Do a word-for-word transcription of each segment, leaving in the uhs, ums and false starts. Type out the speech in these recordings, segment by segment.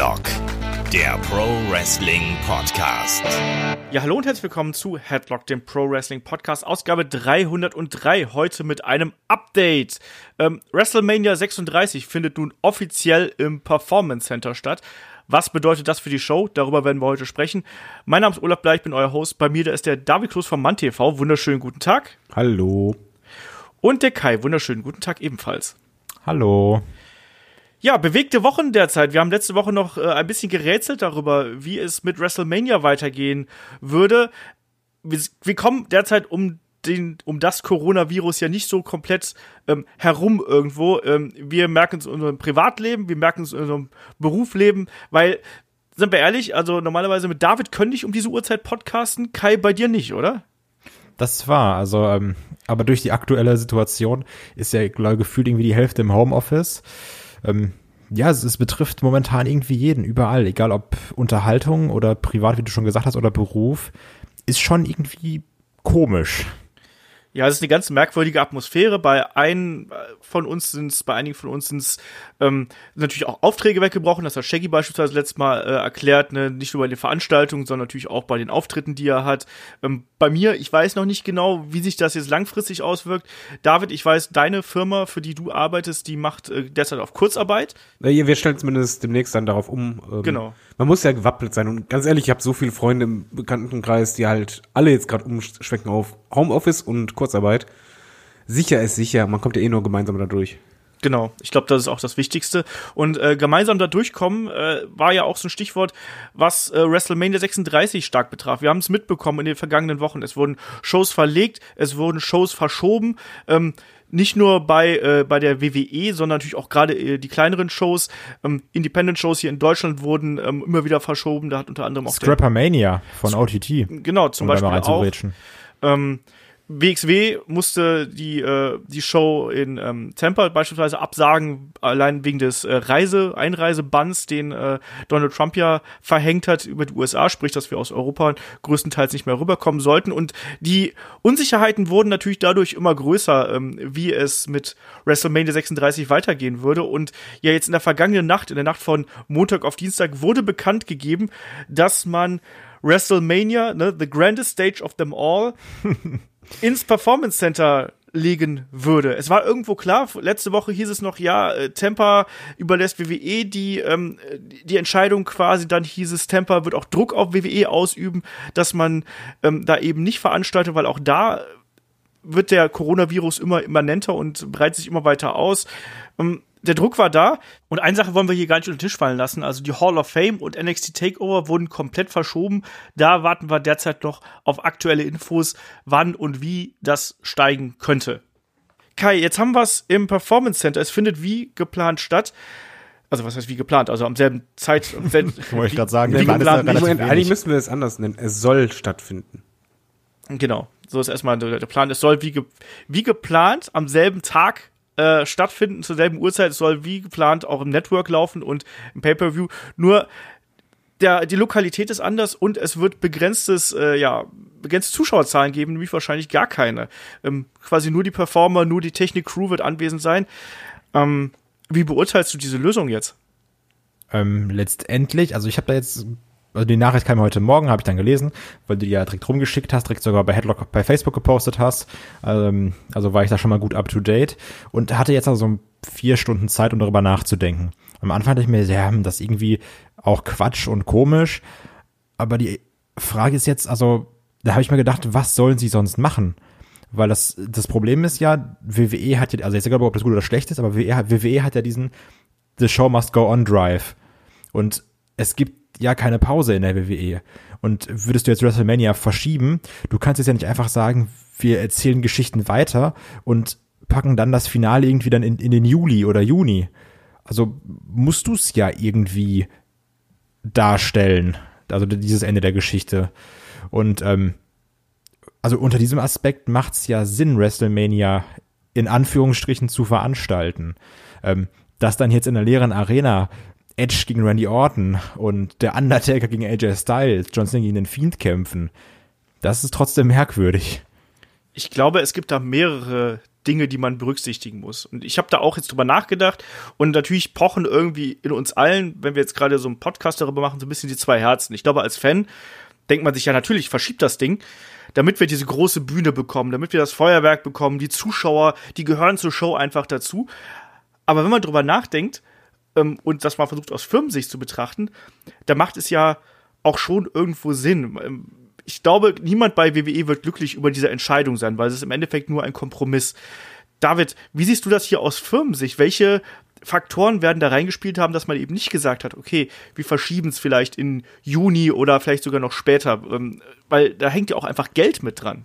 Headlock, der Pro Wrestling Podcast. Ja, hallo und herzlich willkommen zu Headlock, dem Pro Wrestling Podcast, Ausgabe dreihundertdrei, heute mit einem Update. Ähm, WrestleMania sechsunddreißig findet nun offiziell im Performance Center statt. Was bedeutet das für die Show? Darüber werden wir heute sprechen. Mein Name ist Olaf Bleich, ich bin euer Host. Bei mir da ist der David Kloß vom MannTV. Wunderschönen guten Tag. Hallo. Und der Kai. Wunderschönen guten Tag ebenfalls. Hallo. Ja, bewegte Wochen derzeit. Wir haben letzte Woche noch äh, ein bisschen gerätselt darüber, wie es mit WrestleMania weitergehen würde. Wir, wir kommen derzeit um den, um das Coronavirus ja nicht so komplett ähm, herum irgendwo. Ähm, wir merken es in unserem Privatleben, wir merken es in unserem Berufsleben, weil, sind wir ehrlich, also normalerweise mit David könnte ich um diese Uhrzeit podcasten, Kai bei dir nicht, oder? Das war, also, ähm, aber durch die aktuelle Situation ist ja glaub, gefühlt irgendwie die Hälfte im Homeoffice. Ähm, ja, es, es betrifft momentan irgendwie jeden, überall, egal ob Unterhaltung oder privat, wie du schon gesagt hast, oder Beruf, ist schon irgendwie komisch. Ja, es ist eine ganz merkwürdige Atmosphäre. Bei einem von uns sind es, bei einigen von uns sind es ähm, natürlich auch Aufträge weggebrochen. Das hat Shaggy beispielsweise letztes Mal äh, erklärt, ne? Nicht nur bei den Veranstaltungen, sondern natürlich auch bei den Auftritten, die er hat. Ähm, bei mir, ich weiß noch nicht genau, wie sich das jetzt langfristig auswirkt. David, ich weiß, deine Firma, für die du arbeitest, die macht äh, derzeit auf Kurzarbeit. Ja, wir stellen zumindest demnächst dann darauf um. Ähm, genau. Man muss ja gewappnet sein. Und ganz ehrlich, ich habe so viele Freunde im Bekanntenkreis, die halt alle jetzt gerade umschwenken auf Homeoffice und Kurzarbeit. Sicher ist sicher, man kommt ja eh nur gemeinsam da durch. Genau, ich glaube, das ist auch das Wichtigste. Und äh, gemeinsam da durchkommen äh, war ja auch so ein Stichwort, was äh, WrestleMania sechsunddreißig stark betraf. Wir haben es mitbekommen in den vergangenen Wochen. Es wurden Shows verlegt, es wurden Shows verschoben. Ähm, nicht nur bei äh, bei der W W E, sondern natürlich auch gerade äh, die kleineren Shows, ähm, Independent-Shows hier in Deutschland wurden ähm, immer wieder verschoben. Da hat unter anderem auch Scrappermania von O T T. Genau, zum um Beispiel auch. Ähm, W X W musste die äh, die Show in ähm, Tampa beispielsweise absagen, allein wegen des äh, Reise Einreisebanns, den äh, Donald Trump ja verhängt hat über die U S A, sprich, dass wir aus Europa größtenteils nicht mehr rüberkommen sollten. Und die Unsicherheiten wurden natürlich dadurch immer größer, ähm, wie es mit WrestleMania sechsunddreißig weitergehen würde. Und ja, jetzt in der vergangenen Nacht, in der Nacht von Montag auf Dienstag, wurde bekannt gegeben, dass man WrestleMania, ne, the grandest stage of them all, ins Performance Center legen würde. Es war irgendwo klar, letzte Woche hieß es noch, ja, äh, Tampa überlässt W W E die ähm, die Entscheidung quasi, dann hieß es, Tampa wird auch Druck auf W W E ausüben, dass man ähm, da eben nicht veranstaltet, weil auch da wird der Coronavirus immer immanenter und breitet sich immer weiter aus. Ähm, Der Druck war da und eine Sache wollen wir hier gar nicht unter den Tisch fallen lassen. Also die Hall of Fame und N X T Takeover wurden komplett verschoben. Da warten wir derzeit noch auf aktuelle Infos, wann und wie das steigen könnte. Kai, jetzt haben wir es im Performance Center. Es findet wie geplant statt. Also was heißt wie geplant? Also am selben Zeit. Wollte ich gerade sagen. Wie geplant, Moment, eigentlich müssen wir es anders nennen. Es soll stattfinden. Genau, so ist erstmal der, der Plan. Es soll wie, ge- wie geplant am selben Tag Äh, stattfinden, zur selben Uhrzeit. Es soll wie geplant auch im Network laufen und im Pay-Per-View. Nur der, die Lokalität ist anders und es wird begrenztes, äh, ja, begrenzte Zuschauerzahlen geben, nämlich wahrscheinlich gar keine. Ähm, quasi nur die Performer, nur die Technik-Crew wird anwesend sein. Ähm, wie beurteilst du diese Lösung jetzt? Ähm, letztendlich, also ich habe da jetzt, also die Nachricht kam heute Morgen, habe ich dann gelesen, weil du die ja direkt rumgeschickt hast, direkt sogar bei Headlock bei Facebook gepostet hast. Ähm, also war ich da schon mal gut up to date und hatte jetzt also vier Stunden Zeit, um darüber nachzudenken. Am Anfang dachte ich mir, ja, das ist irgendwie auch Quatsch und komisch. Aber die Frage ist jetzt, also da habe ich mir gedacht, was sollen sie sonst machen? Weil das das Problem ist ja, W W E hat ja, also jetzt egal, ob das gut oder schlecht ist, aber W W E hat ja diesen The Show Must Go On Drive. Und es gibt ja keine Pause in der W W E. Und würdest du jetzt WrestleMania verschieben, du kannst jetzt ja nicht einfach sagen, wir erzählen Geschichten weiter und packen dann das Finale irgendwie dann in, in den Juli oder Juni. Also musst du es ja irgendwie darstellen, also dieses Ende der Geschichte. Und ähm, also unter diesem Aspekt macht es ja Sinn, WrestleMania in Anführungsstrichen zu veranstalten. Ähm, dass dann jetzt in der leeren Arena Edge gegen Randy Orton und der Undertaker gegen A J Styles, John Cena gegen den Fiend kämpfen, das ist trotzdem merkwürdig. Ich glaube, es gibt da mehrere Dinge, die man berücksichtigen muss. Und ich habe da auch jetzt drüber nachgedacht und natürlich pochen irgendwie in uns allen, wenn wir jetzt gerade so einen Podcast darüber machen, so ein bisschen die zwei Herzen. Ich glaube, als Fan denkt man sich ja natürlich, verschiebt das Ding, damit wir diese große Bühne bekommen, damit wir das Feuerwerk bekommen, die Zuschauer, die gehören zur Show einfach dazu. Aber wenn man drüber nachdenkt ähm, und das mal versucht aus Firmensicht zu betrachten, da macht es ja auch schon irgendwo Sinn. Ähm, Ich glaube, niemand bei W W E wird glücklich über diese Entscheidung sein, weil es ist im Endeffekt nur ein Kompromiss. David, wie siehst du das hier aus Firmensicht? Welche Faktoren werden da reingespielt haben, dass man eben nicht gesagt hat, okay, wir verschieben es vielleicht in Juni oder vielleicht sogar noch später, ähm, weil da hängt ja auch einfach Geld mit dran.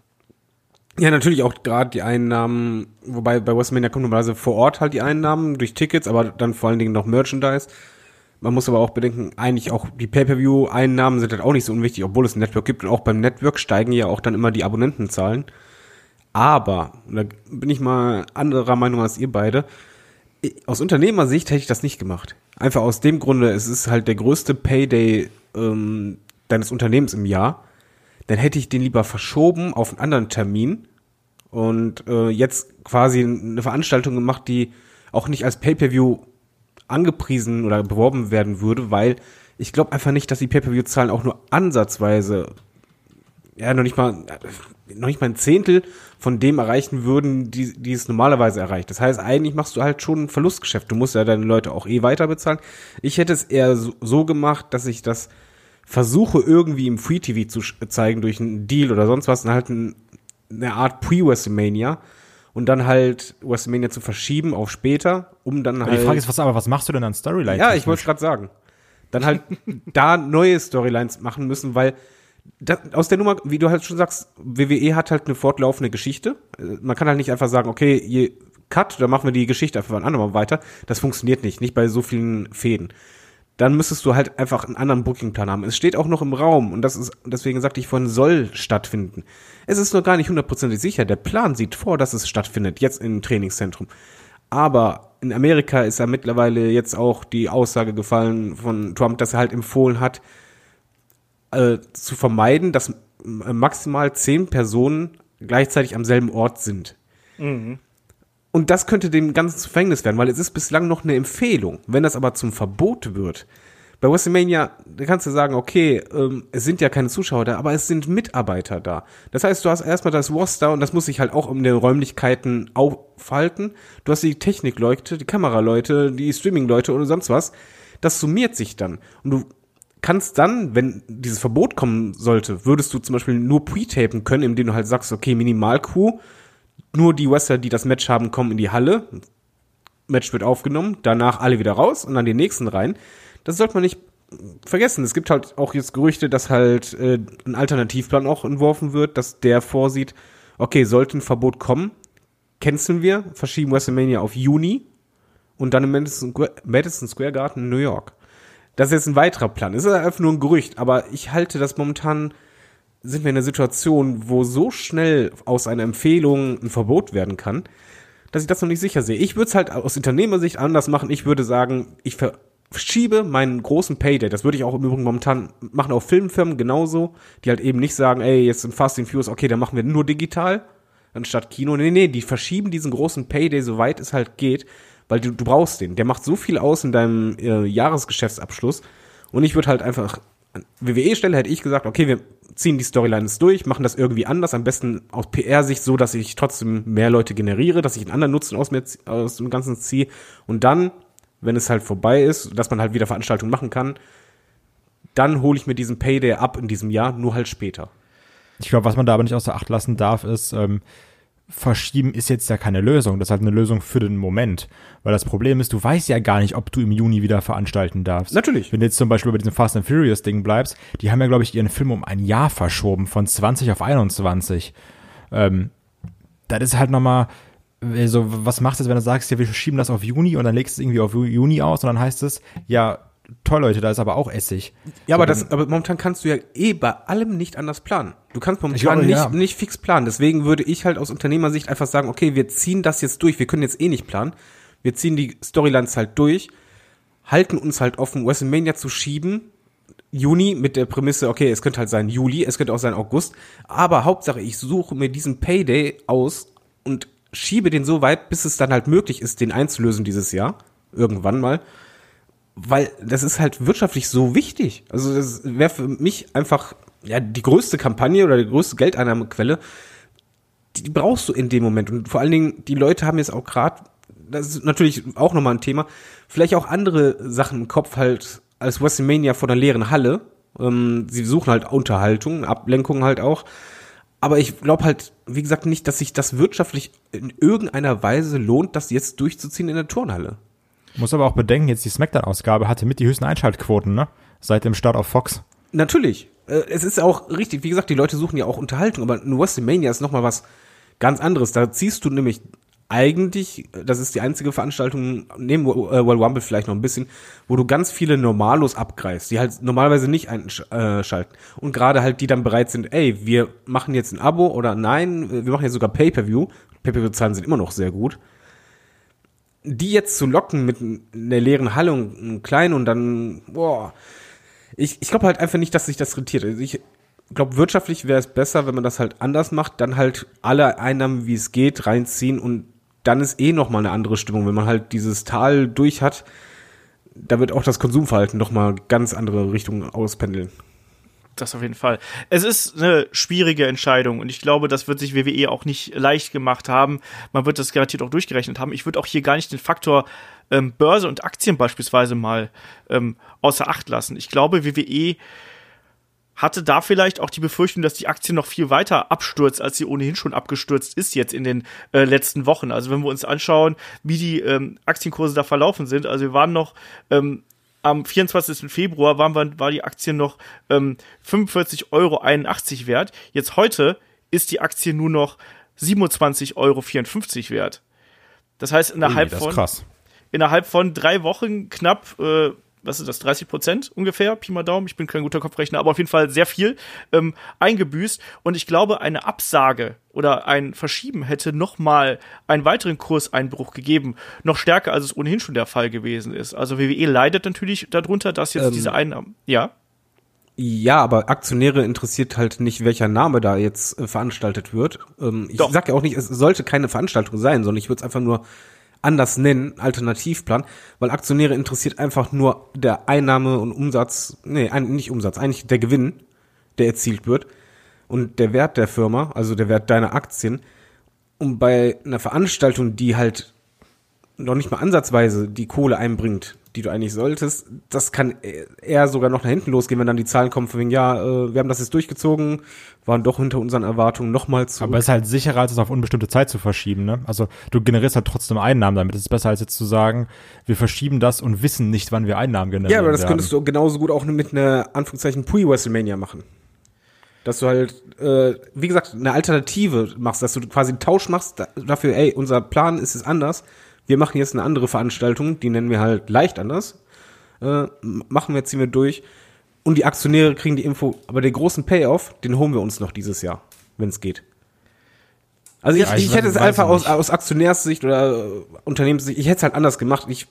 Ja, natürlich auch gerade die Einnahmen, wobei bei WrestleMania kommen normalerweise vor Ort halt die Einnahmen durch Tickets, aber dann vor allen Dingen noch Merchandise. Man muss aber auch bedenken, eigentlich auch die Pay-Per-View-Einnahmen sind halt auch nicht so unwichtig, obwohl es ein Network gibt. Und auch beim Network steigen ja auch dann immer die Abonnentenzahlen. Aber, da bin ich mal anderer Meinung als ihr beide, aus Unternehmersicht hätte ich das nicht gemacht. Einfach aus dem Grunde, es ist halt der größte Payday ähm, deines Unternehmens im Jahr. Dann hätte ich den lieber verschoben auf einen anderen Termin und äh, jetzt quasi eine Veranstaltung gemacht, die auch nicht als Pay-Per-View angepriesen oder beworben werden würde, weil ich glaube einfach nicht, dass die Pay-Per-View-Zahlen auch nur ansatzweise, ja, noch nicht mal, noch nicht mal ein Zehntel von dem erreichen würden, die, die es normalerweise erreicht. Das heißt, eigentlich machst du halt schon ein Verlustgeschäft. Du musst ja deine Leute auch eh weiter bezahlen. Ich hätte es eher so, so gemacht, dass ich das versuche irgendwie im Free-T V zu zeigen durch einen Deal oder sonst was und halt ein, eine Art Pre-WrestleMania. Und dann halt WrestleMania zu verschieben auf später, um dann aber halt... Die Frage ist, was, aber was machst du denn an Storylines? Ja, ich wollte es gerade sagen. Dann halt da neue Storylines machen müssen, weil das, aus der Nummer, wie du halt schon sagst, W W E hat halt eine fortlaufende Geschichte. Man kann halt nicht einfach sagen, okay, je Cut, dann machen wir die Geschichte einfach ein andermal weiter. Das funktioniert nicht, nicht bei so vielen Fäden. Dann müsstest du halt einfach einen anderen Bookingplan haben. Es steht auch noch im Raum und das ist, deswegen sagte ich vorhin, soll stattfinden. Es ist noch gar nicht hundertprozentig sicher. Der Plan sieht vor, dass es stattfindet, jetzt im Trainingszentrum. Aber in Amerika ist ja mittlerweile jetzt auch die Aussage gefallen von Trump, dass er halt empfohlen hat, äh, zu vermeiden, dass maximal zehn Personen gleichzeitig am selben Ort sind. Mhm. Und das könnte dem Ganzen zu Verhängnis werden, weil es ist bislang noch eine Empfehlung. Wenn das aber zum Verbot wird, bei WrestleMania, da kannst du sagen, okay, ähm, es sind ja keine Zuschauer da, aber es sind Mitarbeiter da. Das heißt, du hast erstmal das Roster und das muss sich halt auch in den Räumlichkeiten aufhalten. Du hast die Technikleute, die Kameraleute, die Streamingleute oder sonst was. Das summiert sich dann. Und du kannst dann, wenn dieses Verbot kommen sollte, würdest du zum Beispiel nur pre-tapen können, indem du halt sagst, okay, Minimal-Crew, nur die Wrestler, die das Match haben, kommen in die Halle. Match wird aufgenommen, danach alle wieder raus und dann die nächsten rein. Das sollte man nicht vergessen. Es gibt halt auch jetzt Gerüchte, dass halt äh, ein Alternativplan auch entworfen wird, dass der vorsieht, okay, sollte ein Verbot kommen, canceln wir, verschieben WrestleMania auf Juni und dann im Madison, Madison Square Garden in New York. Das ist jetzt ein weiterer Plan. Es ist einfach nur ein Gerücht, aber ich halte das momentan, sind wir in einer Situation, wo so schnell aus einer Empfehlung ein Verbot werden kann, dass ich das noch nicht sicher sehe. Ich würde es halt aus Unternehmersicht anders machen. Ich würde sagen, ich verschiebe meinen großen Payday. Das würde ich auch im Übrigen momentan machen, auf Filmfirmen genauso, die halt eben nicht sagen, ey, jetzt sind Fast and Furious, okay, dann machen wir nur digital anstatt Kino. Nee, nee, die verschieben diesen großen Payday, soweit es halt geht, weil du, du brauchst den. Der macht so viel aus in deinem äh, Jahresgeschäftsabschluss. Und ich würde halt einfach, an W W E-Stelle hätte ich gesagt, okay, wir ziehen die Storylines durch, machen das irgendwie anders, am besten aus P R-Sicht so, dass ich trotzdem mehr Leute generiere, dass ich einen anderen Nutzen aus, mir, aus dem Ganzen ziehe und dann, wenn es halt vorbei ist, dass man halt wieder Veranstaltungen machen kann, dann hole ich mir diesen Payday ab in diesem Jahr, nur halt später. Ich glaube, was man da aber nicht außer Acht lassen darf, ist, ähm, verschieben ist jetzt ja keine Lösung. Das ist halt eine Lösung für den Moment. Weil das Problem ist, du weißt ja gar nicht, ob du im Juni wieder veranstalten darfst. Natürlich. Wenn du jetzt zum Beispiel bei diesem Fast and Furious Ding bleibst, die haben ja, glaube ich, ihren Film um ein Jahr verschoben, von zwanzig auf einundzwanzig. Ähm, das ist halt nochmal, so, was machst du jetzt, wenn du sagst, ja, wir schieben das auf Juni und dann legst du es irgendwie auf Juni aus und dann heißt es, ja, toll, Leute, da ist aber auch Essig. Ja, so, aber das, aber momentan kannst du ja eh bei allem nicht anders planen. Du kannst momentan glaube, nicht, ja. nicht fix planen. Deswegen würde ich halt aus Unternehmersicht einfach sagen, okay, wir ziehen das jetzt durch. Wir können jetzt eh nicht planen. Wir ziehen die Storylines halt durch, halten uns halt offen, WrestleMania zu schieben, Juni mit der Prämisse, okay, es könnte halt sein Juli, es könnte auch sein August, aber Hauptsache, ich suche mir diesen Payday aus und schiebe den so weit, bis es dann halt möglich ist, den einzulösen dieses Jahr. Irgendwann mal. Weil das ist halt wirtschaftlich so wichtig. Also das wäre für mich einfach ja die größte Kampagne oder die größte Geldeinnahmequelle. Die brauchst du in dem Moment. Und vor allen Dingen, die Leute haben jetzt auch gerade, das ist natürlich auch nochmal ein Thema, vielleicht auch andere Sachen im Kopf halt als WrestleMania vor einer leeren Halle. Ähm, sie suchen halt Unterhaltung, Ablenkung halt auch. Aber ich glaube halt, wie gesagt, nicht, dass sich das wirtschaftlich in irgendeiner Weise lohnt, das jetzt durchzuziehen in der Turnhalle. Muss aber auch bedenken, jetzt die SmackDown-Ausgabe hatte mit die höchsten Einschaltquoten, ne? Seit dem Start auf Fox. Natürlich. Äh, es ist auch richtig, wie gesagt, die Leute suchen ja auch Unterhaltung, aber ein WrestleMania ist nochmal was ganz anderes. Da ziehst du nämlich eigentlich, das ist die einzige Veranstaltung, neben Royal Rumble vielleicht noch ein bisschen, wo du ganz viele Normalos abgreifst, die halt normalerweise nicht einschalten. Und gerade halt die dann bereit sind, ey, wir machen jetzt ein Abo oder nein, wir machen jetzt sogar Pay-Per-View. Pay-Per-View-Zahlen sind immer noch sehr gut. Die jetzt zu locken mit einer leeren Halle und einem kleinen und dann, boah, ich, ich glaube halt einfach nicht, dass sich das rentiert. Also ich glaube, wirtschaftlich wäre es besser, wenn man das halt anders macht, dann halt alle Einnahmen, wie es geht, reinziehen und dann ist eh nochmal eine andere Stimmung, wenn man halt dieses Tal durch hat, da wird auch das Konsumverhalten nochmal ganz andere Richtungen auspendeln. Das auf jeden Fall. Es ist eine schwierige Entscheidung und ich glaube, das wird sich W W E auch nicht leicht gemacht haben. Man wird das garantiert auch durchgerechnet haben. Ich würde auch hier gar nicht den Faktor ähm, Börse und Aktien beispielsweise mal ähm, außer Acht lassen. Ich glaube, W W E hatte da vielleicht auch die Befürchtung, dass die Aktie noch viel weiter abstürzt, als sie ohnehin schon abgestürzt ist jetzt in den äh, letzten Wochen. Also wenn wir uns anschauen, wie die ähm, Aktienkurse da verlaufen sind, also wir waren noch ähm, am vierundzwanzigsten Februar waren wir, war die Aktie noch ähm, fünfundvierzig Euro einundachtzig wert. Jetzt heute ist die Aktie nur noch siebenundzwanzig Euro vierundfünfzig wert. Das heißt, innerhalb Ui, das von ist krass. innerhalb von drei Wochen knapp äh, was ist das, dreißig Prozent ungefähr, Pi mal Daumen, ich bin kein guter Kopfrechner, aber auf jeden Fall sehr viel ähm, eingebüßt. Und ich glaube, eine Absage oder ein Verschieben hätte nochmal einen weiteren Kurseinbruch gegeben, noch stärker, als es ohnehin schon der Fall gewesen ist. Also W W E leidet natürlich darunter, dass jetzt ähm, diese Einnahmen, ja? Ja, aber Aktionäre interessiert halt nicht, welcher Name da jetzt äh, veranstaltet wird. Ähm, ich Doch. sag ja auch nicht, es sollte keine Veranstaltung sein, sondern ich würde es einfach nur anders nennen, Alternativplan, weil Aktionäre interessiert einfach nur der Einnahme und Umsatz, nee, ein, nicht Umsatz, eigentlich der Gewinn, der erzielt wird und der Wert der Firma, also der Wert deiner Aktien. Und bei einer Veranstaltung, die halt noch nicht mal ansatzweise die Kohle einbringt, die du eigentlich solltest, das kann eher sogar noch nach hinten losgehen, wenn dann die Zahlen kommen von wegen, ja, äh, wir haben das jetzt durchgezogen, waren doch hinter unseren Erwartungen nochmal zu. Aber es ist halt sicherer, als es auf unbestimmte Zeit zu verschieben, ne? Also du generierst halt trotzdem Einnahmen damit. Es ist besser, als jetzt zu sagen, wir verschieben das und wissen nicht, wann wir Einnahmen generieren. Ja, aber das werden. könntest du genauso gut auch mit einer, Anführungszeichen, Pre-WrestleMania machen. Dass du halt, äh, wie gesagt, eine Alternative machst, dass du quasi einen Tausch machst dafür, ey, unser Plan ist es anders. Wir machen jetzt eine andere Veranstaltung, die nennen wir halt leicht anders. Äh, machen wir, ziehen wir durch. Und die Aktionäre kriegen die Info. Aber den großen Payoff, den holen wir uns noch dieses Jahr, wenn es geht. Also ich, ja, ich ich hätte es weiß einfach aus, nicht. aus Aktionärssicht oder äh, Unternehmenssicht, ich hätte es halt anders gemacht. Ich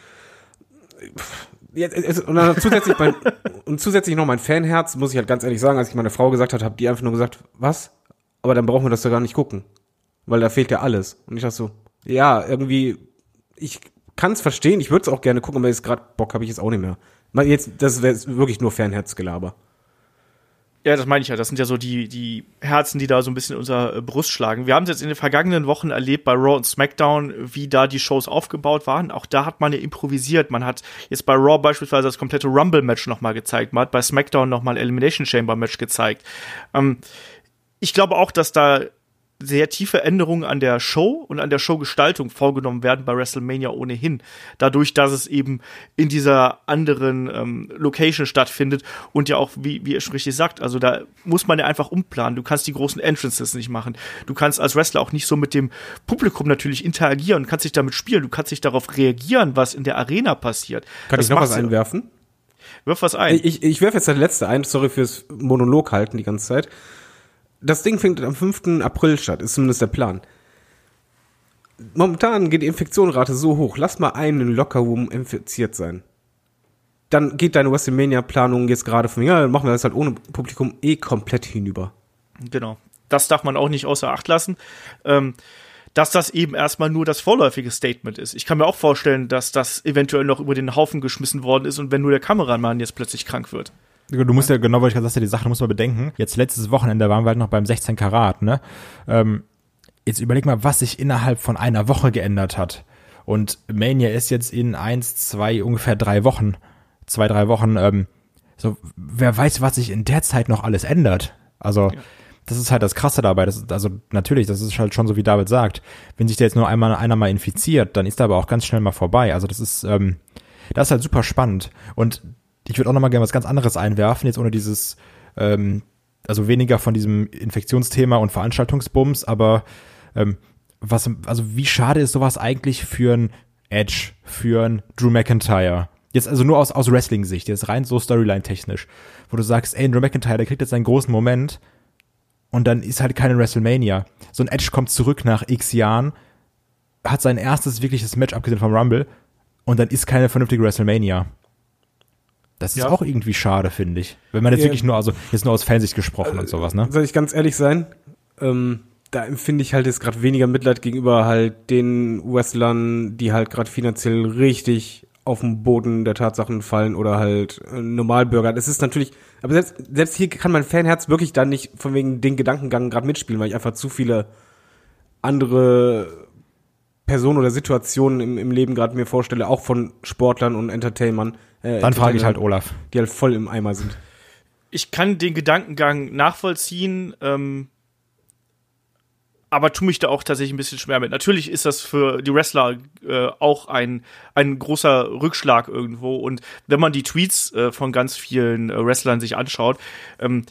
jetzt, es, und dann zusätzlich mein, und zusätzlich noch mein Fanherz, muss ich halt ganz ehrlich sagen, als ich meine Frau gesagt habe, habe die einfach nur gesagt, was? Aber dann brauchen wir das doch gar nicht gucken. Weil da fehlt ja alles. Und ich dachte so, ja, irgendwie, ich kann es verstehen, ich würde es auch gerne gucken, aber jetzt gerade Bock habe ich jetzt auch nicht mehr. Mal jetzt, das wäre wirklich nur Fernherzgelaber. Ja, das meine ich ja. Das sind ja so die, die Herzen, die da so ein bisschen in unserer Brust schlagen. Wir haben es jetzt in den vergangenen Wochen erlebt bei Raw und SmackDown, wie da die Shows aufgebaut waren. Auch da hat man ja improvisiert. Man hat jetzt bei Raw beispielsweise das komplette Rumble-Match nochmal gezeigt. Man hat bei SmackDown nochmal ein Elimination Chamber-Match gezeigt. Ähm, ich glaube auch, dass da sehr tiefe Änderungen an der Show und an der Showgestaltung vorgenommen werden bei WrestleMania ohnehin. Dadurch, dass es eben in dieser anderen ähm, Location stattfindet und ja auch, wie, wie ihr schon richtig sagt, also da muss man ja einfach umplanen. Du kannst die großen Entrances nicht machen. Du kannst als Wrestler auch nicht so mit dem Publikum natürlich interagieren, kannst dich damit spielen, du kannst nicht darauf reagieren, was in der Arena passiert. Kann das ich noch was machst du- einwerfen? Wirf was ein. Ich, ich werfe jetzt das letzte ein, sorry fürs Monolog halten die ganze Zeit. Das Ding fängt am fünften April statt, ist zumindest der Plan. Momentan geht die Infektionenrate so hoch, lass mal einen im Lockerroom infiziert sein. Dann geht deine WrestleMania-Planung jetzt gerade von, ja, dann machen wir das halt ohne Publikum eh komplett hinüber. Genau. Das darf man auch nicht außer Acht lassen. Ähm, dass das eben erstmal nur das vorläufige Statement ist. Ich kann mir auch vorstellen, dass das eventuell noch über den Haufen geschmissen worden ist und wenn nur der Kameramann jetzt plötzlich krank wird. Du musst ja, genau, weil ich gerade sagte, die Sache musst du mal bedenken. Jetzt letztes Wochenende waren wir halt noch beim sechzehn Karat, ne? Ähm, jetzt überleg mal, was sich innerhalb von einer Woche geändert hat. Und Mania ist jetzt in eins, zwei, ungefähr drei Wochen, zwei, drei Wochen, ähm, so, wer weiß, was sich in der Zeit noch alles ändert. Also, ja. Das ist halt das Krasse dabei. Das ist, also natürlich, das ist halt schon so, wie David sagt. Wenn sich da jetzt nur einmal einer mal infiziert, dann ist da aber auch ganz schnell mal vorbei. Also das ist, ähm, das ist halt super spannend. Und ich würde auch noch mal gerne was ganz anderes einwerfen, jetzt ohne dieses, ähm, also weniger von diesem Infektionsthema und Veranstaltungsbums, aber ähm, was, also wie schade ist sowas eigentlich für ein Edge, für ein Drew McIntyre? Jetzt also nur aus, aus Wrestling-Sicht, jetzt rein so Storyline-technisch, wo du sagst, ey, Drew McIntyre, der kriegt jetzt seinen großen Moment und dann ist halt keine WrestleMania. So ein Edge kommt zurück nach x Jahren, hat sein erstes wirkliches Match, abgesehen vom Rumble, und dann ist keine vernünftige WrestleMania. Das ist ja auch irgendwie schade, finde ich. Wenn man jetzt ja. wirklich nur, also jetzt nur aus Fansicht gesprochen äh, und sowas, ne? Soll ich ganz ehrlich sein? Ähm, da empfinde ich halt jetzt gerade weniger Mitleid gegenüber halt den Wrestlern, die halt gerade finanziell richtig auf den Boden der Tatsachen fallen oder halt äh, Normalbürger. Das ist natürlich, aber selbst, selbst hier kann mein Fanherz wirklich dann nicht von wegen den Gedankengang gerade mitspielen, weil ich einfach zu viele andere Personen oder Situationen im, im Leben gerade mir vorstelle, auch von Sportlern und Entertainern. Äh, dann frage ich halt Olaf. Die halt voll im Eimer sind. Ich kann den Gedankengang nachvollziehen, ähm, aber tu mich da auch tatsächlich ein bisschen schwer mit. Natürlich ist das für die Wrestler äh, auch ein ein großer Rückschlag irgendwo. Und wenn man die Tweets äh, von ganz vielen äh, Wrestlern sich anschaut, ähm,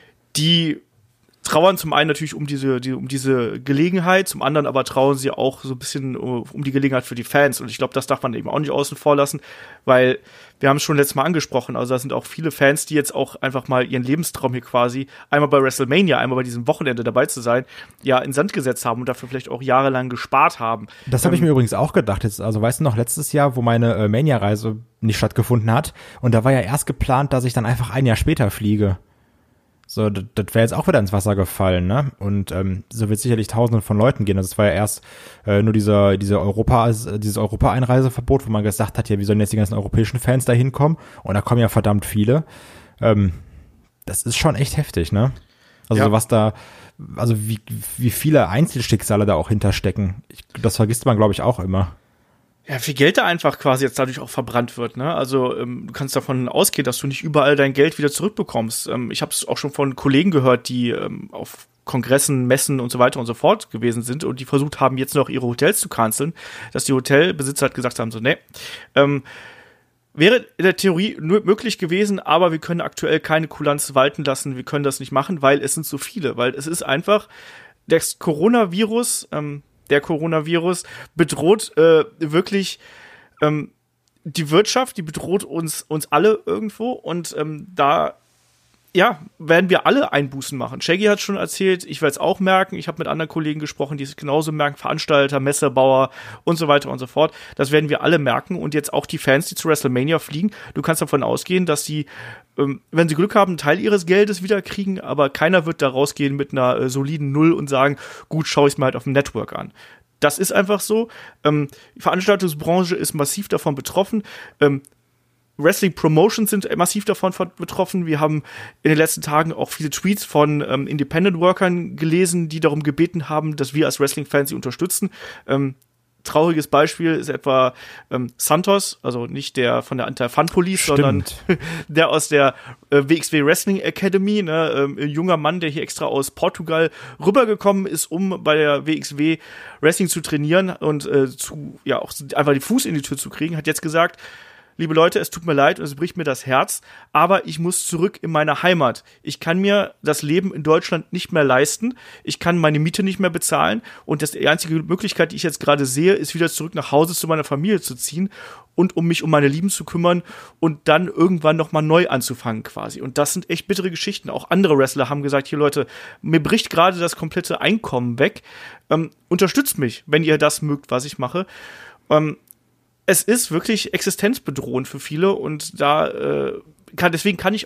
die trauern zum einen natürlich um diese, die, um diese Gelegenheit, zum anderen aber trauern sie auch so ein bisschen um die Gelegenheit für die Fans. Und ich glaube, das darf man eben auch nicht außen vor lassen, weil wir haben es schon letztes Mal angesprochen, also da sind auch viele Fans, die jetzt auch einfach mal ihren Lebenstraum hier quasi einmal bei WrestleMania, einmal bei diesem Wochenende dabei zu sein, ja, in Sand gesetzt haben und dafür vielleicht auch jahrelang gespart haben. Das habe ähm, ich mir übrigens auch gedacht. Jetzt, also weißt du noch, letztes Jahr, wo meine äh, Mania-Reise nicht stattgefunden hat, und da war ja erst geplant, dass ich dann einfach ein Jahr später fliege. So, das, das wäre jetzt auch wieder ins Wasser gefallen, ne? Und ähm, so wird sicherlich Tausenden von Leuten gehen. Also es war ja erst äh, nur dieser diese Europa, dieses Europa-Einreiseverbot, wo man gesagt hat, ja, wie sollen jetzt die ganzen europäischen Fans da hinkommen? Und da kommen ja verdammt viele. Ähm, das ist schon echt heftig, ne? Also ja. so was da, also wie wie viele Einzelschicksale da auch hinterstecken. Ich, das vergisst man, glaube ich, auch immer. Ja, viel Geld da einfach quasi jetzt dadurch auch verbrannt wird, ne? Also ähm, du kannst davon ausgehen, dass du nicht überall dein Geld wieder zurückbekommst. Ähm, ich habe es auch schon von Kollegen gehört, die ähm, auf Kongressen, Messen und so weiter und so fort gewesen sind und die versucht haben, jetzt noch ihre Hotels zu canceln, dass die Hotelbesitzer halt gesagt haben, so, ne, ähm, wäre in der Theorie nur möglich gewesen, aber wir können aktuell keine Kulanz walten lassen, wir können das nicht machen, weil es sind so viele, weil es ist einfach, das Coronavirus, ähm, der Coronavirus bedroht äh, wirklich ähm, die Wirtschaft, die bedroht uns uns alle irgendwo und ähm, da ja, werden wir alle Einbußen machen. Shaggy hat schon erzählt, ich werde es auch merken, ich habe mit anderen Kollegen gesprochen, die es genauso merken, Veranstalter, Messebauer und so weiter und so fort. Das werden wir alle merken und jetzt auch die Fans, die zu WrestleMania fliegen. Du kannst davon ausgehen, dass sie, ähm, wenn sie Glück haben, einen Teil ihres Geldes wieder kriegen, aber keiner wird da rausgehen mit einer äh, soliden Null und sagen, gut, schaue ich es mir halt auf dem Network an. Das ist einfach so. Ähm, die Veranstaltungsbranche ist massiv davon betroffen. Ähm, Wrestling Promotions sind massiv davon betroffen. Wir haben in den letzten Tagen auch viele Tweets von ähm, Independent Workern gelesen, die darum gebeten haben, dass wir als Wrestling-Fans sie unterstützen. Ähm, trauriges Beispiel ist etwa ähm, Santos, also nicht der von der Anti-Fun-Police, sondern der aus der äh, W X W Wrestling Academy, ne, ähm, ein junger Mann, der hier extra aus Portugal rübergekommen ist, um bei der W X W Wrestling zu trainieren und äh, zu ja auch einfach den Fuß in die Tür zu kriegen, hat jetzt gesagt, liebe Leute, es tut mir leid und es bricht mir das Herz, aber ich muss zurück in meine Heimat. Ich kann mir das Leben in Deutschland nicht mehr leisten. Ich kann meine Miete nicht mehr bezahlen. Und das, die einzige Möglichkeit, die ich jetzt gerade sehe, ist wieder zurück nach Hause zu meiner Familie zu ziehen und um mich um meine Lieben zu kümmern und dann irgendwann nochmal neu anzufangen quasi. Und das sind echt bittere Geschichten. Auch andere Wrestler haben gesagt, hier Leute, mir bricht gerade das komplette Einkommen weg. Ähm, unterstützt mich, wenn ihr das mögt, was ich mache. Ähm, Es ist wirklich existenzbedrohend für viele und da äh, kann, deswegen kann ich auch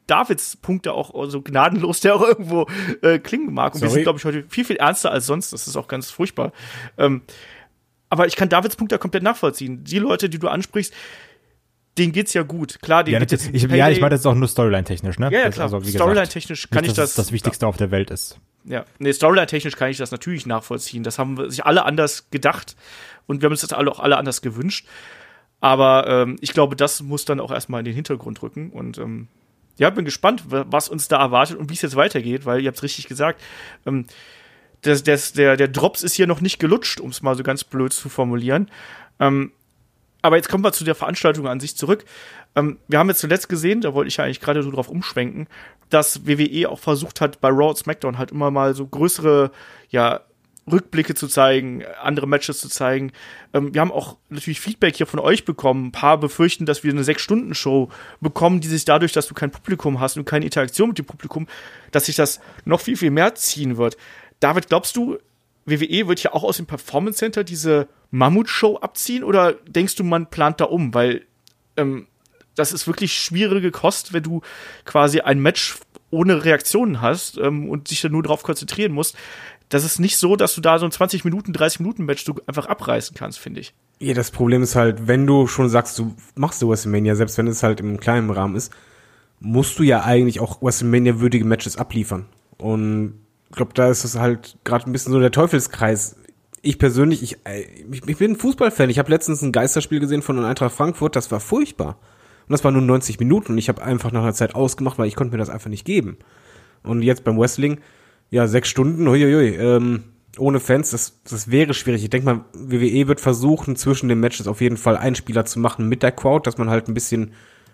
Davids Punkte auch so gnadenlos, der auch irgendwo äh, klingen mag. Und Sorry. wir sind, glaube ich, heute viel, viel ernster als sonst. Das ist auch ganz furchtbar. Ähm, aber ich kann Davids Punkt da komplett nachvollziehen. Die Leute, die du ansprichst, denen geht's ja gut. Klar, denen Ja, geht das, jetzt ich, ja, ich meine, das ist auch nur Storyline-technisch, ne? Ja, ja, Das, klar. also, wie Storyline-technisch gesagt, kann nicht, ich dass das. es das Wichtigste auf der Welt ist. Ja, nee, Storyline-technisch kann ich das natürlich nachvollziehen. Das haben sich alle anders gedacht und wir haben uns das alle auch alle anders gewünscht. Aber ähm, ich glaube, das muss dann auch erstmal in den Hintergrund rücken. Und ähm, ja, bin gespannt, was uns da erwartet und wie es jetzt weitergeht, weil ihr habt es richtig gesagt, ähm, das, das, der, der Drops ist hier noch nicht gelutscht, um es mal so ganz blöd zu formulieren. Ähm, aber jetzt kommen wir zu der Veranstaltung an sich zurück. Ähm, wir haben jetzt zuletzt gesehen, da wollte ich ja eigentlich gerade so drauf umschwenken, dass W W E auch versucht hat, bei Raw und SmackDown halt immer mal so größere, ja, Rückblicke zu zeigen, andere Matches zu zeigen. Ähm, wir haben auch natürlich Feedback hier von euch bekommen. Ein paar befürchten, dass wir eine sechs-Stunden-Show bekommen, die sich dadurch, dass du kein Publikum hast und keine Interaktion mit dem Publikum, dass sich das noch viel, viel mehr ziehen wird. David, glaubst du, W W E wird ja auch aus dem Performance Center diese Mammut-Show abziehen oder denkst du, man plant da um? Weil ähm, das ist wirklich schwierige Kost, wenn du quasi ein Match ohne Reaktionen hast ähm, und dich dann nur darauf konzentrieren musst. Das ist nicht so, dass du da so ein zwanzig Minuten, dreißig Minuten Match du einfach abreißen kannst, finde ich. Ja, das Problem ist halt, wenn du schon sagst, du machst du WrestleMania, selbst wenn es halt im kleinen Rahmen ist, musst du ja eigentlich auch WrestleMania-würdige Matches abliefern. Und ich glaube, da ist es halt gerade ein bisschen so der Teufelskreis. Ich persönlich, ich, ich, ich bin ein Fußballfan. Ich habe letztens ein Geisterspiel gesehen von Eintracht Frankfurt, das war furchtbar. Und das war nur neunzig Minuten und ich habe einfach nach einer Zeit ausgemacht, weil ich konnte mir das einfach nicht geben. Und jetzt beim Wrestling, ja, sechs Stunden, huiuiui, ähm, ohne Fans, das, das wäre schwierig. Ich denke mal, W W E wird versuchen, zwischen den Matches auf jeden Fall Einspieler zu machen mit der Crowd, dass man halt ein bisschen,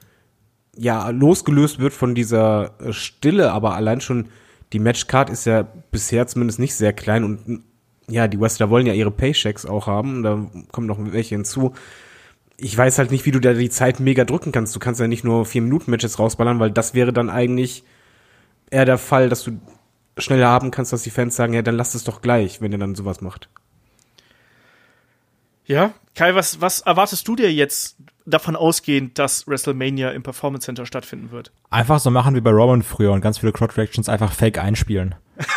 ja, losgelöst wird von dieser äh, Stille, aber allein schon die Matchcard ist ja bisher zumindest nicht sehr klein und ja, die Wrestler wollen ja ihre Paychecks auch haben, da kommen noch welche hinzu. Ich weiß halt nicht, wie du da die Zeit mega drücken kannst. Du kannst ja nicht nur vier Minuten Matches rausballern, weil das wäre dann eigentlich eher der Fall, dass du schneller haben kannst, dass die Fans sagen, ja, dann lass es doch gleich, wenn ihr dann sowas macht. Ja, Kai, was, was erwartest du dir jetzt davon ausgehend, dass WrestleMania im Performance Center stattfinden wird? Einfach so machen wie bei Roman früher und ganz viele Crowd-Reactions einfach fake einspielen.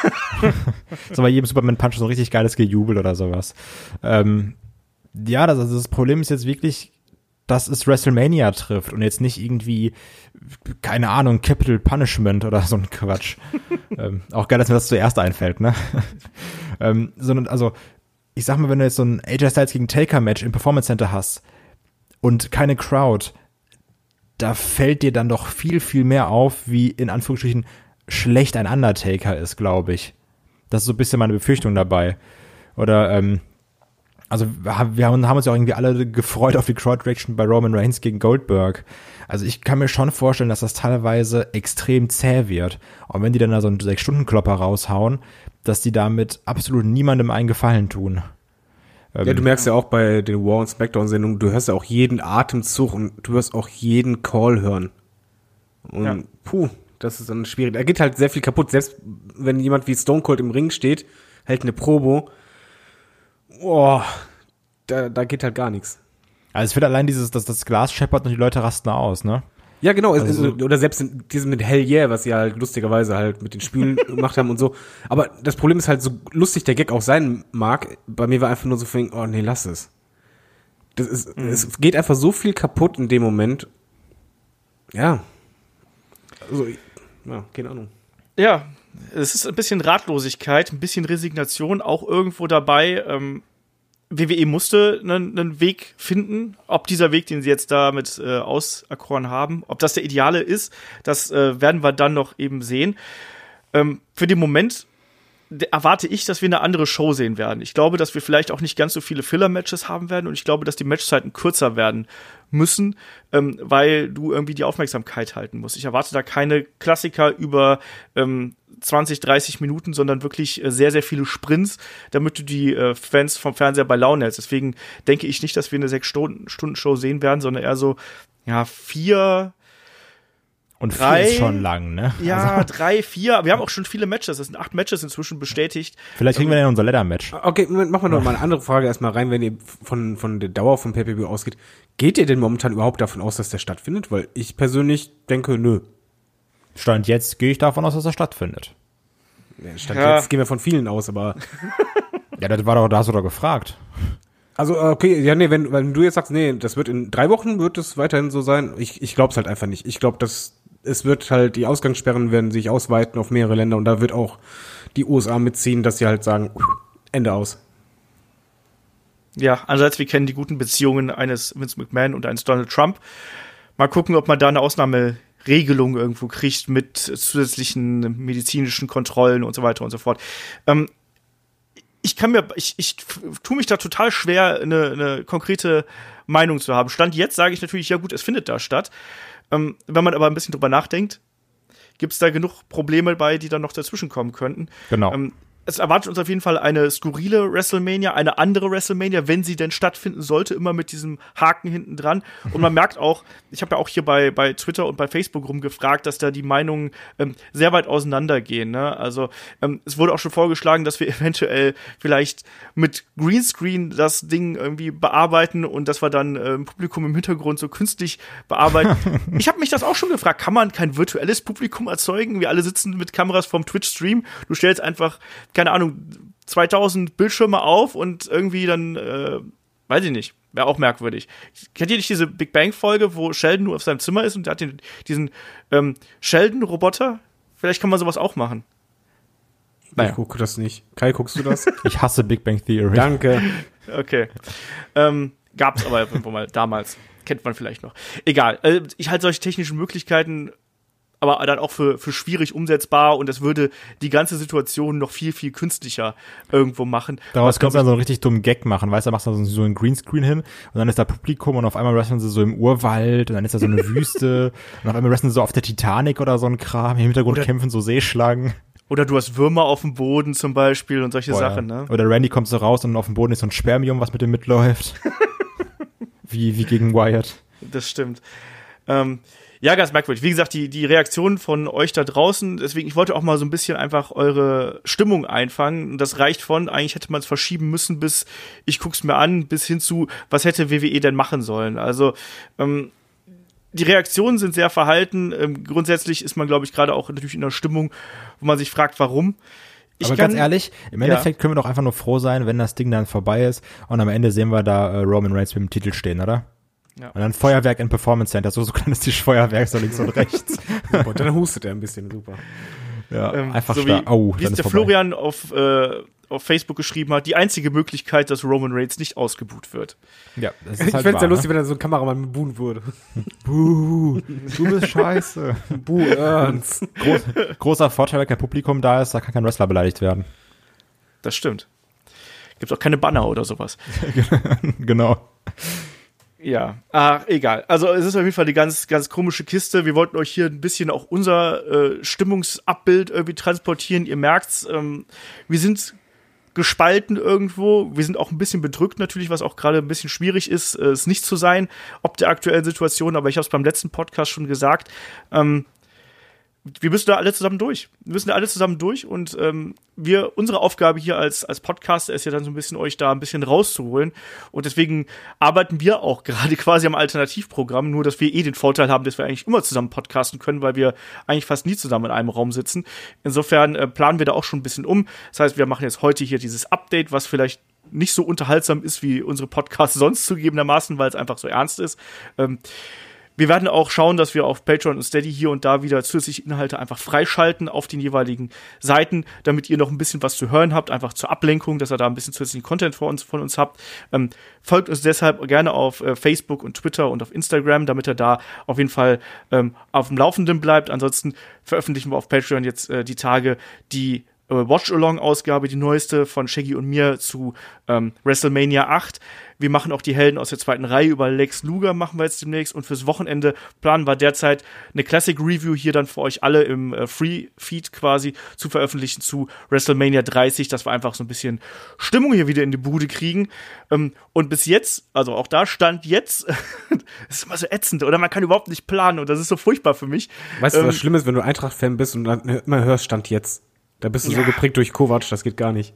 So bei jedem Superman-Punch so ein richtig geiles Gejubel oder sowas. Ähm, ja, das, also das Problem ist jetzt wirklich, dass es WrestleMania trifft und jetzt nicht irgendwie, keine Ahnung, Capital Punishment oder so ein Quatsch. ähm, auch geil, dass mir das zuerst einfällt, ne? ähm, sondern, also, ich sag mal, wenn du jetzt so ein A J Styles gegen Taker-Match im Performance Center hast und keine Crowd, da fällt dir dann doch viel, viel mehr auf, wie in Anführungsstrichen schlecht ein Undertaker ist, glaube ich. Das ist so ein bisschen meine Befürchtung dabei. Oder, ähm, also wir haben uns ja auch irgendwie alle gefreut auf die Crowd-Reaction bei Roman Reigns gegen Goldberg. Also ich kann mir schon vorstellen, dass das teilweise extrem zäh wird. Und wenn die dann da so einen sechs-Stunden-Klopper raushauen, dass die damit absolut niemandem einen Gefallen tun. Ja, du merkst ja auch bei den Raw und Smackdown-Sendungen, du hörst ja auch jeden Atemzug und du wirst auch jeden Call hören. Und ja. puh, das ist dann schwierig. Da geht halt sehr viel kaputt. Selbst wenn jemand wie Stone Cold im Ring steht, hält eine Promo, boah, da, da geht halt gar nichts. Also es wird allein dieses, dass das Glas scheppert und die Leute rasten aus, ne? Ja, genau. Also, also, oder selbst in diesem mit Hell Yeah, was sie halt lustigerweise halt mit den Spülen gemacht haben und so. Aber das Problem ist halt, so lustig der Gag auch sein mag, bei mir war einfach nur so, oh nee, lass es. Das ist, mhm. Es geht einfach so viel kaputt in dem Moment. Ja. Also, ja, keine Ahnung. Ja, es ist ein bisschen Ratlosigkeit, ein bisschen Resignation auch irgendwo dabei. Ähm, W W E musste einen, einen Weg finden. Ob dieser Weg, den sie jetzt damit äh, auserkoren haben, ob das der ideale ist, das äh, werden wir dann noch eben sehen. Ähm, für den Moment erwarte ich, dass wir eine andere Show sehen werden. Ich glaube, dass wir vielleicht auch nicht ganz so viele Filler-Matches haben werden und ich glaube, dass die Matchzeiten kürzer werden müssen, ähm, weil du irgendwie die Aufmerksamkeit halten musst. Ich erwarte da keine Klassiker über ähm, zwanzig, dreißig Minuten, sondern wirklich äh, sehr, sehr viele Sprints, damit du die äh, Fans vom Fernseher bei Laune hältst. Deswegen denke ich nicht, dass wir eine sechs-Stunden-Show sehen werden, sondern eher so, ja, vier Und drei, vier ist schon lang, ne? Ja, also, drei, vier. Wir haben auch schon viele Matches. Das sind acht Matches inzwischen bestätigt. Vielleicht kriegen wir dann unser Leather-Match. Okay, Moment, machen wir noch mal eine andere Frage erstmal rein, wenn ihr von, von der Dauer vom Pay-Per-View ausgeht. Geht ihr denn momentan überhaupt davon aus, dass der stattfindet? Weil ich persönlich denke, nö. Stand jetzt gehe ich davon aus, dass er stattfindet. Ja, Stand Ja. jetzt gehen wir von vielen aus, aber Ja, das war doch, da hast du doch gefragt. also okay, ja nee, wenn, wenn du jetzt sagst, nee, das wird in drei Wochen, wird es weiterhin so sein, ich, ich glaube es halt einfach nicht. Ich glaube, dass es wird halt, die Ausgangssperren werden sich ausweiten auf mehrere Länder und da wird auch die U S A mitziehen, dass sie halt sagen, Ende aus. Ja, andererseits, wir kennen die guten Beziehungen eines Vince McMahon und eines Donald Trump. Mal gucken, ob man da eine Ausnahmeregelung irgendwo kriegt mit zusätzlichen medizinischen Kontrollen und so weiter und so fort. Ähm, ich kann mir, ich, ich tue mich da total schwer, eine, eine konkrete Meinung zu haben. Stand jetzt sage ich natürlich, ja gut, es findet da statt. Ähm, wenn man aber ein bisschen drüber nachdenkt, gibt es da genug Probleme bei, die dann noch dazwischen kommen könnten. Genau. Ähm, es erwartet uns auf jeden Fall eine skurrile WrestleMania, eine andere WrestleMania, wenn sie denn stattfinden sollte, immer mit diesem Haken hinten dran. Und man merkt auch, ich habe ja auch hier bei, bei Twitter und bei Facebook rumgefragt, dass da die Meinungen ähm, sehr weit auseinandergehen. Ne? Also ähm, es wurde auch schon vorgeschlagen, dass wir eventuell vielleicht mit Greenscreen das Ding irgendwie bearbeiten und dass wir dann äh, Publikum im Hintergrund so künstlich bearbeiten. Ich habe mich das auch schon gefragt, kann man kein virtuelles Publikum erzeugen? Wir alle sitzen mit Kameras vom Twitch-Stream. Du stellst einfach keine Ahnung, zweitausend Bildschirme auf und irgendwie dann, äh, weiß ich nicht, wäre auch merkwürdig. Kennt ihr nicht diese Big Bang-Folge, wo Sheldon nur auf seinem Zimmer ist und der hat den, diesen ähm, Sheldon-Roboter? Vielleicht kann man sowas auch machen. Naja. Ich gucke das nicht. Kai, guckst du das? Ich hasse Big Bang Theory. Danke. Okay. Ähm, gab's aber irgendwo mal damals. Kennt man vielleicht noch. Egal. Äh, ich halte solche technischen Möglichkeiten aber dann auch für, für schwierig umsetzbar und das würde die ganze Situation noch viel, viel künstlicher irgendwo machen. Daraus kannst du dann so einen richtig dummen Gag machen, weißt du, da machst du so einen Greenscreen hin und dann ist da Publikum und auf einmal wresteln sie so im Urwald und dann ist da so eine Wüste und auf einmal wresteln sie so auf der Titanic oder so ein Kram, im Hintergrund Oder kämpfen so Seeschlangen. Oder du hast Würmer auf dem Boden zum Beispiel und solche Boah, Sachen, ja. ne? Oder Randy kommt so raus und auf dem Boden ist so ein Spermium, was mit dem mitläuft. wie, wie gegen Wyatt. Das stimmt. Ähm, ja, ganz merkwürdig. Wie gesagt, die, die Reaktionen von euch da draußen, deswegen, ich wollte auch mal so ein bisschen einfach eure Stimmung einfangen. Und das reicht von, eigentlich hätte man es verschieben müssen, bis ich guck's mir an, bis hin zu, was hätte W W E denn machen sollen? Also, ähm, die Reaktionen sind sehr verhalten. Ähm, grundsätzlich ist man, glaube ich, gerade auch natürlich in einer Stimmung, wo man sich fragt, warum. Ich Aber kann, ganz ehrlich, im Endeffekt ja. können wir doch einfach nur froh sein, wenn das Ding dann vorbei ist und am Ende sehen wir da äh, Roman Reigns mit dem Titel stehen, oder? Ja. Und dann Feuerwerk in Performance Center, so, so kleines Tischfeuerwerk, so links und rechts. Und dann hustet er ein bisschen, super. Ja, ähm, einfach so stark. Wie, oh, wie es der vorbei. Florian auf, äh, auf Facebook geschrieben hat, die einzige Möglichkeit, dass Roman Reigns nicht ausgebuht wird. Ja, das ist ich halt fände es ja lustig, wenn er so ein Kameramann buhen würde. Buh, du bist scheiße. Buh, ernst. Groß, großer Vorteil, wenn kein Publikum da ist, da kann kein Wrestler beleidigt werden. Das stimmt. Gibt auch keine Banner oder sowas. Genau. Ja, ach, egal. Also es ist auf jeden Fall eine ganz, ganz komische Kiste. Wir wollten euch hier ein bisschen auch unser äh, Stimmungsabbild irgendwie transportieren. Ihr merkt's, ähm, wir sind gespalten irgendwo. Wir sind auch ein bisschen bedrückt natürlich, was auch gerade ein bisschen schwierig ist, äh, es nicht zu sein, ob der aktuellen Situation. Aber ich habe es beim letzten Podcast schon gesagt. Ähm, wir müssen da alle zusammen durch. Wir müssen da alle zusammen durch und ähm, wir, unsere Aufgabe hier als, als Podcaster ist ja dann so ein bisschen, euch da ein bisschen rauszuholen und deswegen arbeiten wir auch gerade quasi am Alternativprogramm, nur dass wir eh den Vorteil haben, dass wir eigentlich immer zusammen podcasten können, weil wir eigentlich fast nie zusammen in einem Raum sitzen. Insofern äh, planen wir da auch schon ein bisschen um. Das heißt, wir machen jetzt heute hier dieses Update, was vielleicht nicht so unterhaltsam ist, wie unsere Podcasts sonst zugegebenermaßen, weil es einfach so ernst ist. Ähm, Wir werden auch schauen, dass wir auf Patreon und Steady hier und da wieder zusätzliche Inhalte einfach freischalten auf den jeweiligen Seiten, damit ihr noch ein bisschen was zu hören habt, einfach zur Ablenkung, dass ihr da ein bisschen zusätzlichen Content von uns, von uns habt. Ähm, folgt uns deshalb gerne auf äh, Facebook und Twitter und auf Instagram, damit ihr da auf jeden Fall ähm, auf dem Laufenden bleibt. Ansonsten veröffentlichen wir auf Patreon jetzt äh, die Tage die äh, Watch-Along-Ausgabe, die neueste von Shaggy und mir zu ähm, WrestleMania acht. Wir machen auch die Helden aus der zweiten Reihe über Lex Luger, machen wir jetzt demnächst. Und fürs Wochenende planen wir derzeit eine Classic Review hier dann für euch alle im äh, Free-Feed quasi zu veröffentlichen zu WrestleMania dreißig, dass wir einfach so ein bisschen Stimmung hier wieder in die Bude kriegen. Ähm, und bis jetzt, also auch da stand jetzt, das ist immer so ätzend, oder man kann überhaupt nicht planen und das ist so furchtbar für mich. Weißt du, ähm, was schlimm ist, wenn du Eintracht-Fan bist und dann immer hörst, stand jetzt. Da bist du ja so geprägt durch Kovac, das geht gar nicht.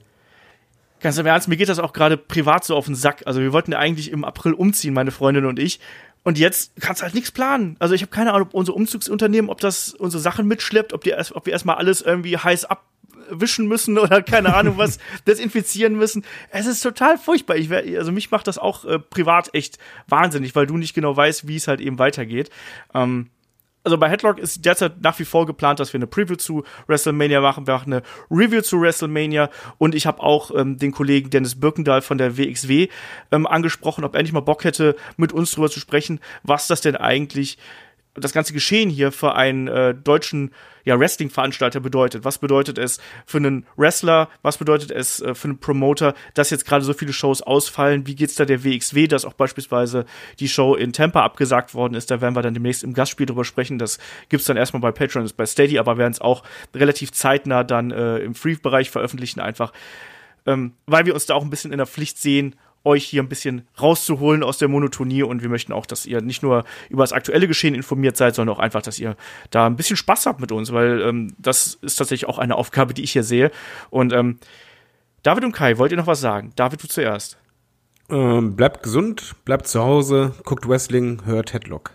Ganz im Ernst, mir geht das auch gerade privat so auf den Sack. Also wir wollten ja eigentlich im April umziehen, meine Freundin und ich. Und jetzt kannst du halt nichts planen. Also ich habe keine Ahnung, ob unser Umzugsunternehmen, ob das unsere Sachen mitschleppt, ob, die erst, ob wir erstmal alles irgendwie heiß abwischen müssen oder keine Ahnung was, desinfizieren müssen. Es ist total furchtbar. Ich wär, also mich macht das auch äh, privat echt wahnsinnig, weil du nicht genau weißt, wie es halt eben weitergeht. Ähm, Also bei Headlock ist derzeit nach wie vor geplant, dass wir eine Preview zu WrestleMania machen. Wir machen eine Review zu WrestleMania. Und ich habe auch ähm, den Kollegen Dennis Birkendahl von der W X W ähm, angesprochen, ob er endlich mal Bock hätte, mit uns drüber zu sprechen, was das denn eigentlich, das ganze Geschehen hier für einen äh, deutschen ja, Wrestling-Veranstalter bedeutet. Was bedeutet es für einen Wrestler? Was bedeutet es äh, für einen Promoter, dass jetzt gerade so viele Shows ausfallen? Wie geht's da der W X W, dass auch beispielsweise die Show in Tampa abgesagt worden ist? Da werden wir dann demnächst im Gastspiel drüber sprechen. Das gibt's dann erstmal bei Patreon und bei Steady, aber werden es auch relativ zeitnah dann äh, im Free-Bereich veröffentlichen, einfach ähm, weil wir uns da auch ein bisschen in der Pflicht sehen, euch hier ein bisschen rauszuholen aus der Monotonie, und wir möchten auch, dass ihr nicht nur über das aktuelle Geschehen informiert seid, sondern auch einfach, dass ihr da ein bisschen Spaß habt mit uns, weil ähm, das ist tatsächlich auch eine Aufgabe, die ich hier sehe. Und ähm, David und Kai, wollt ihr noch was sagen? David, du zuerst. Ähm, bleibt gesund, bleibt zu Hause, guckt Wrestling, hört Headlock.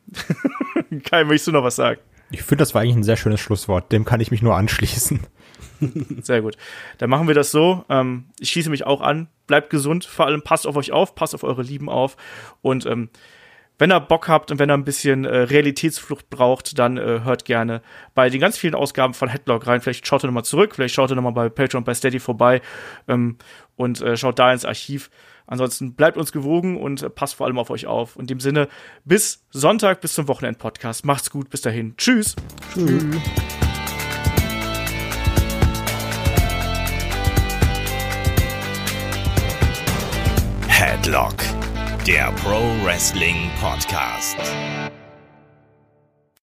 Kai, möchtest du noch was sagen? Ich finde, das war eigentlich ein sehr schönes Schlusswort. Dem kann ich mich nur anschließen. Sehr gut. Dann machen wir das so. Ähm, ich schließe mich auch an. Bleibt gesund. Vor allem passt auf euch auf. Passt auf eure Lieben auf. Und ähm, wenn ihr Bock habt und wenn ihr ein bisschen äh, Realitätsflucht braucht, dann äh, hört gerne bei den ganz vielen Ausgaben von Headlock rein. Vielleicht schaut ihr nochmal zurück. Vielleicht schaut ihr nochmal bei Patreon und bei Steady vorbei ähm, und äh, schaut da ins Archiv. Ansonsten bleibt uns gewogen und äh, passt vor allem auf euch auf. In dem Sinne, bis Sonntag, bis zum Wochenend-Podcast. Macht's gut. Bis dahin. Tschüss. Tschüss. Headlock, der Pro Wrestling Podcast.